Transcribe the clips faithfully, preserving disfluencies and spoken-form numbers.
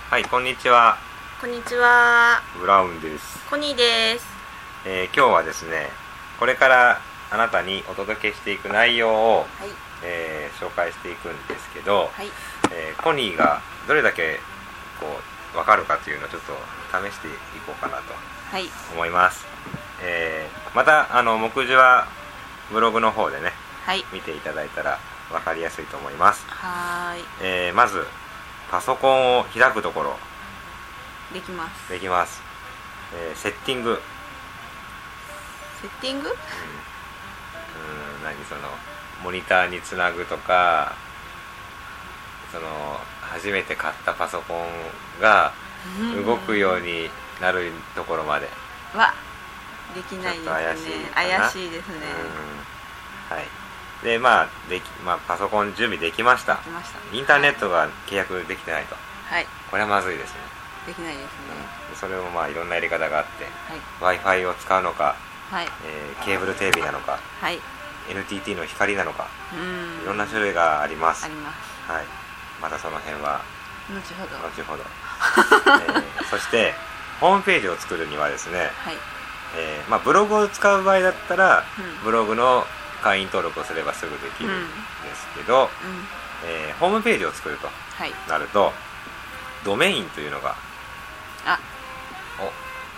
はい、こんにちは。 こんにちは。 ブラウンです。 コニーです。 えー、今日はですね、これからあなたにお届けしていく内容を、 はいえー紹介していくんですけど、 はいえーコニーがどれだけこう分かるかというのをちょっと試していこうかなとはい思います。えーまたあの目次はブログの方でねはい見ていただいたら分かりやすいと思います。 はーいえーまずパソコンを開くところできます。 できます。えーセッティング、 セッティング？ うん、何そのモニターにつなぐとか、その初めて買ったパソコンが動くようになるところまではできないですね。 ちょっと怪しいかな。 怪しいですね。 うん、はい。でまあでき、まあ、パソコン準備できました。 できました。 インターネットが契約できてないと、 はいこれはまずいですね。 できないですね。 うん、それもまあいろんなやり方があって、 はい Wi-Fi を使うのか、 はいえーケーブルテレビなのか、 はいエヌティーティー の光なのか、 うんいろんな種類があります。 あります。 はい、またその辺は後ほど。 後ほど、えーそしてホームページを作るにはですね、 はいえーまあ、ブログを使う場合だったら、 うんブログの会員登録をすればすぐできるんですけど、 うんえーホームページを作るとはいなるとドメインというのがあお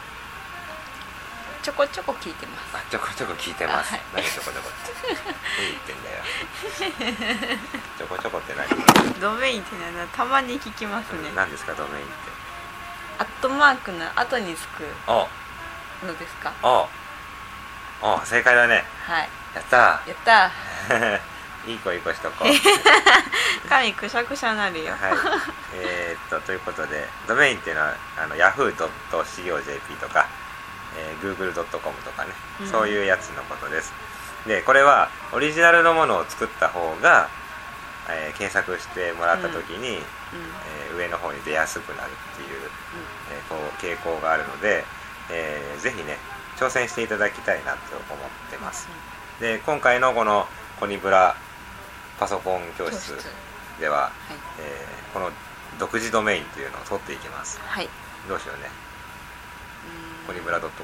ちょこちょこ聞いてます。 あちょこちょこ聞いてます。 あはい何ちょこちょこって何言ってんだよちょこちょこって何ドメインってのはたまに聞きますね。 何ですかドメインって。 アットマークの後につくおのですか？ おお正解だね。 はいやったやったーいい子いい子しとこうー。髪くしゃくしゃなるよ。 はい、えー、っとということでドメインっていうのはあの ヤフードットシーオージェーピー とか、えー、グーグルドットコム とかね、 うんそういうやつのことです。でこれはオリジナルのものを作った方が、えー検索してもらった時に、 うんえー上の方に出やすくなるっていう、えーこう傾向があるので、えーぜひね挑戦していただきたいなと思ってます。で今回のこのコニブラパソコン教室では、 はいえーこの独自ドメインというのを取っていきます。 はい。 どうしようね。コニブラ .com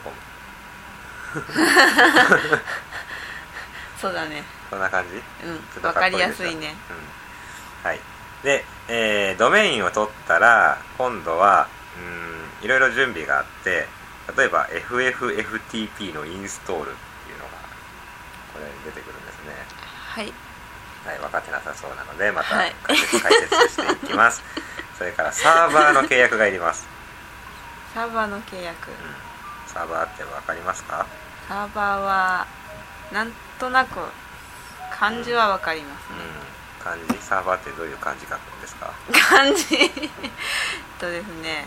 そうだね。 こんな感じ。 うんちょっとわかりっこいいでしょやすいね。 うん、はいで、えードメインを取ったら今度はうんいろいろ準備があって、例えば エフエフエフティーピー のインストールっていうのがこれに出てくるんですね。 はいはい、分かってなさそうなのでまたはい解説、解説していきますそれからサーバーの契約がいります、 サーバーの契約。 うん、サーバーって分かりますか？ サーバーはなんとなく漢字はわかりますうんね。 漢字サーバーってどういう漢字書くんですか？ 漢字えっとですね、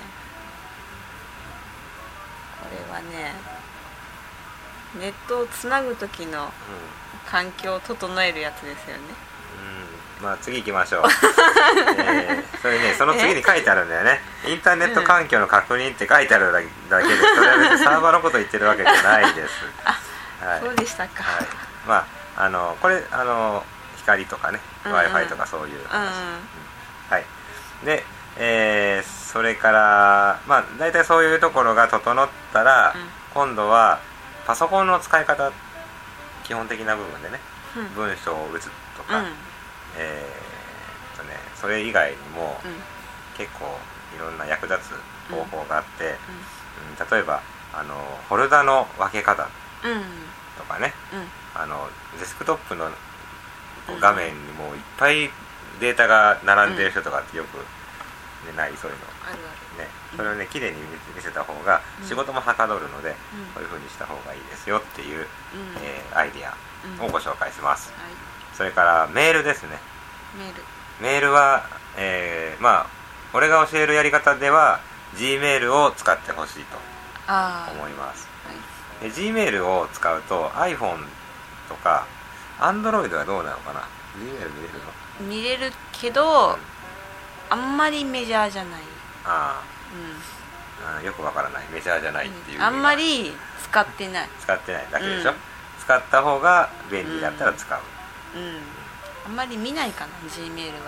これはね、ネットをつなぐ時のうん環境を整えるやつですよね。 うん、まあ次行きましょう、えー、それねその次に書いてあるんだよね。インターネット環境の確認って書いてあるだけで、それは別にサーバーのこと言ってるわけじゃないですあ、 はい、 そうでしたか。 はい、まああのこれあの光とかね、 うんうん Wi-Fi とかそういう話、 うんうんはいで、えーそれからまあ大体そういうところが整ったら、 うん今度はパソコンの使い方、基本的な部分でね、 うん文章を打つとか、 うんえーっとねそれ以外にも、 うん結構いろんな役立つ方法があって、 ううん例えばあのフォルダの分け方んうんとかね、 うんあのデスクトップのこううん画面にもういっぱいデータが並んでる人とかってよく、ねないそういうのあるね、それをね綺麗に見せた方がうん仕事もはかどるので、 うんこういう風にした方がいいですよっていう、 うんえーアイディアうんをご紹介します。 はいそれからメールですね。 メールメールは、えーまあ俺が教えるやり方では Gmail を使ってほしいとああ思います。 はいで Gmail を使うと iPhone とか Android はどうなのかな。 Gmail 見れるの？ 見れるけど、あんまりメジャーじゃない。 あうあ、うんよくわからない。メジャーじゃないっていう意味がんあんまり使ってない。 使ってないだけでしょ、 うん使った方が便利だったら使う、 うんあんまり見ないかな Gmail は。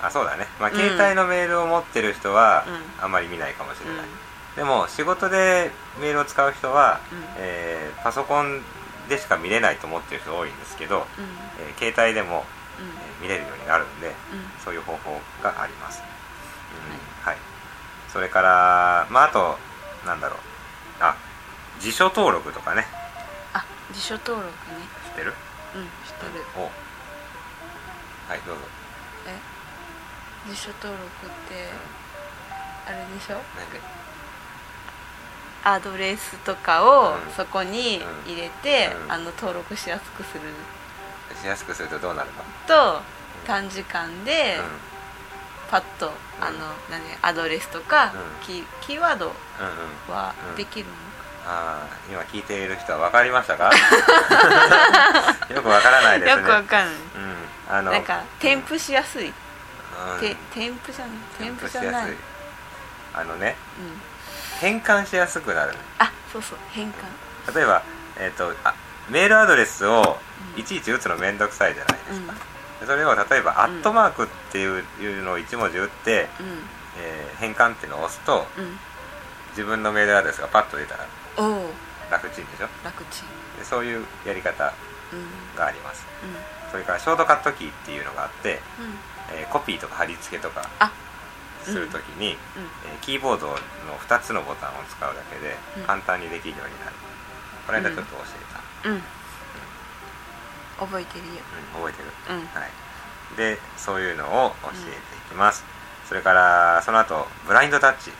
あ、そうだね、まあ、 うん携帯のメールを持ってる人はうんあまり見ないかもしれない、 うんでも仕事でメールを使う人は、 うんえーパソコンでしか見れないと思ってる人多いんですけど、 うんえー携帯でも、 うんえー見れるようになるんで、 うんそういう方法があります、うんはい、それからまああとなんだろう、あ、辞書登録とかね、 あ、辞書登録ね。 知ってる？ うん、知ってる。 お、はい、どうぞ。 え、辞書登録ってあれでしょ？ なんでアドレスとかをうんそこに入れて、 うんあの登録しやすくするしやすくするとどうなるか、 と、短時間でうんパッと、あの何アドレスとか、 うんキーキーワードうんうん、 はうんできるの？ あー今聞いている人は分かりましたか？よく分からないですね。 よくわかんない。 うん、あのなんか添付しやすい。 うんて添付じゃない。添付じゃ添付しやすない。うん。 あのね、変換しやすくなる。 あ、そうそう、変換。 例えば、えー、とあメールアドレスをうんいちいち打つのめんどくさいじゃないですうんか、でそれを例えば、 うんアットマークっていういうのをいち文字打って、 うんえー変換っていうのを押すとうん自分のメールアドレスがパッと出たらおお、 楽ちんでしょ。 楽ちん。 でそういうやり方うんがあります。 うんそれからショートカットキーっていうのがあって、 うんえーコピーとか貼り付けとかあ、 するときに、 うんえーキーボードのふたつのボタンを使うだけでうん簡単にできるようになる。この間ちょっと教えた、 うん。覚えてるよ。 うん覚えてる、 うんはい、でそういうのを教えていきます、それからその後ブラインドタッチ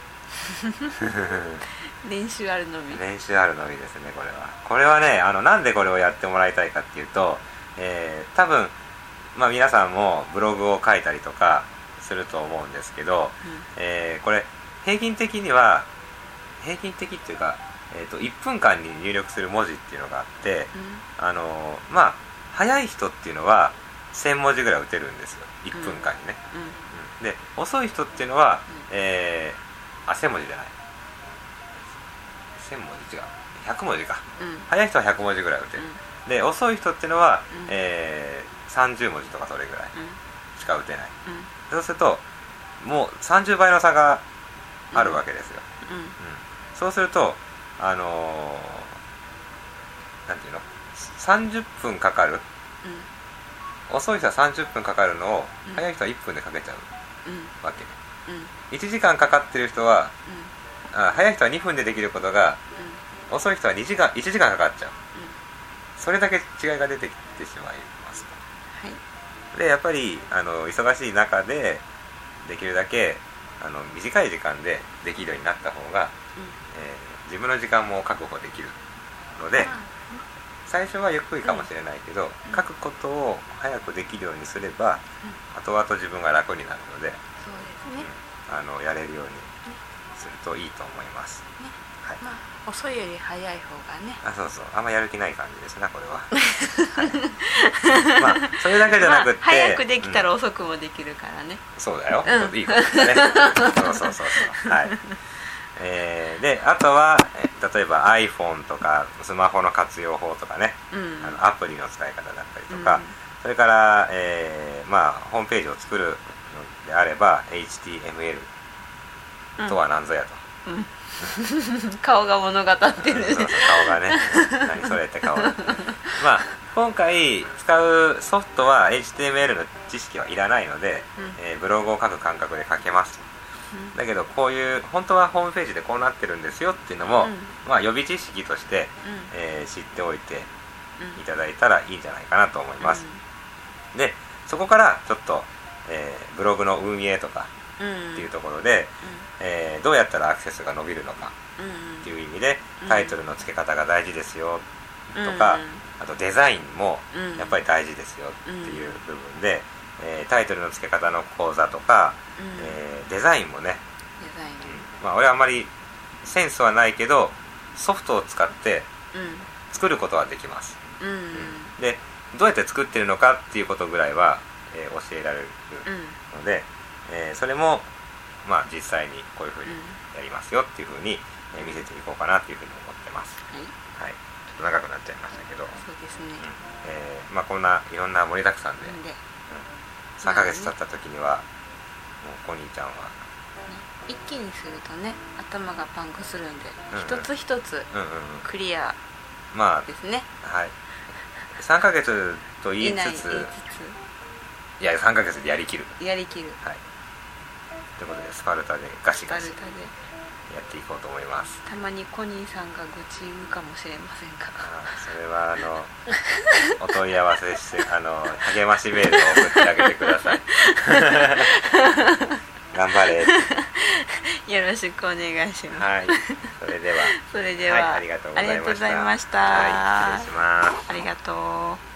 練習あるのみ。 練習あるのみですね。これはこれはね、あのなんでこれをやってもらいたいかっていうと、えー多分、まあ、皆さんもブログを書いたりとかすると思うんですけど、えーこれ平均的には平均的っていうか、えー、といっぷんかんに入力する文字っていうのがあって、あのーまあ早い人っていうのはせん文字ぐらい打てるんですよ、いっぷんかんにね、 うんうんうんで遅い人っていうのは、えーあせん文字じゃないせん文字違うひゃく文字か、 うん早い人はひゃく文字ぐらい打てる、 うんで遅い人っていうのは、 うんえーさんじゅう文字とかそれぐらいしか打てない、 うんそうするともうさんじゅうばいの差があるわけですよ、 うんうんそうするとあのーなんていうのさんじゅっぷんかかる、遅い人はさんじゅっぷんかかるのを、 うん早い人はいっぷんでかけちゃううんうんわけ、 うんいちじかんかかってる人はあ早い人はにふんでできることが遅い人はにじかんいちじかんかかっちゃう、それだけ違いが出てきてしまいますと。 はいでやっぱりあの忙しい中でできるだけあの短い時間でできるようになった方が、えー自分の時間も確保できるので、最初はゆっくりかもしれないけど、書くことを早くできるようにすれば、後々自分が楽になるので、 そうですね。 あのやれるようにするといいと思います、はい、 まあ遅いより早い方がね。 あそうそうあんまやる気ない感じですなこれは、はい、まあそれだけじゃなくって、 まあ早くできたうんら遅くもできるからね。 そうだよ、 うんいいことだねそうそうそうそうはい、えーであとはえ例えば iPhone とかスマホの活用法とかね、 うんあのアプリの使い方だったりとか、 うんそれから、えーまあ、ホームページを作るのであれば エイチティーエムエル とは何ぞやと、 うん顔が物語ってるね。 そうそう顔がね何それって顔まあ今回使うソフトは エイチティーエムエル の知識はいらないので、 うんえーブログを書く感覚で書けます。だけどこういう本当はホームページでこうなってるんですよっていうのも、 うんまあ予備知識として、 うんえー知っておいてうんいただいたらいいんじゃないかなと思います。でそこからちょっと、えーブログの運営とかうんっていうところで、えーどうやったらアクセスが伸びるのかうんっていう意味でうんタイトルの付け方が大事ですよとか、あとデザインもうんやっぱり大事ですよっていう部分で、えータイトルの付け方の講座とか、 うんえーデザインもね、 デザインまあ俺はあんまりセンスはないけどソフトを使って作ることはできます。 うんうんでどうやって作ってるのかっていうことぐらいは、えー教えられるうんので、えーそれも、まあ、実際にこういうふうにやりますよっていうふうに、えー見せていこうかなっていうふうに思ってます。 はい、 はい、ちょっと長くなっちゃいましたけど、 そうですね。 えーまあ、こんないろんな盛りだくさんで、 なんで、 さんかげつ経った時にはもうコニーちゃんは一気にするとね頭がパンクするんで、 うんうん、 一つ一つクリアですね、 まあ、はいさんかげつと言いつつ、言いつついやさんかげつでやりきるやりきる、 はい、ということでスパルタでガシガシスパルタでやっていこうと思います。 たまにコニーさんが愚痴言うかもしれませんが、 あそれはあのお問い合わせしてあの励ましメールを送ってあげてください頑張れよろしくお願いします。 はい、それではそれでは、 はい、ありがとうございました。 ありがとうございました。 はい、失礼します。 ありがとう。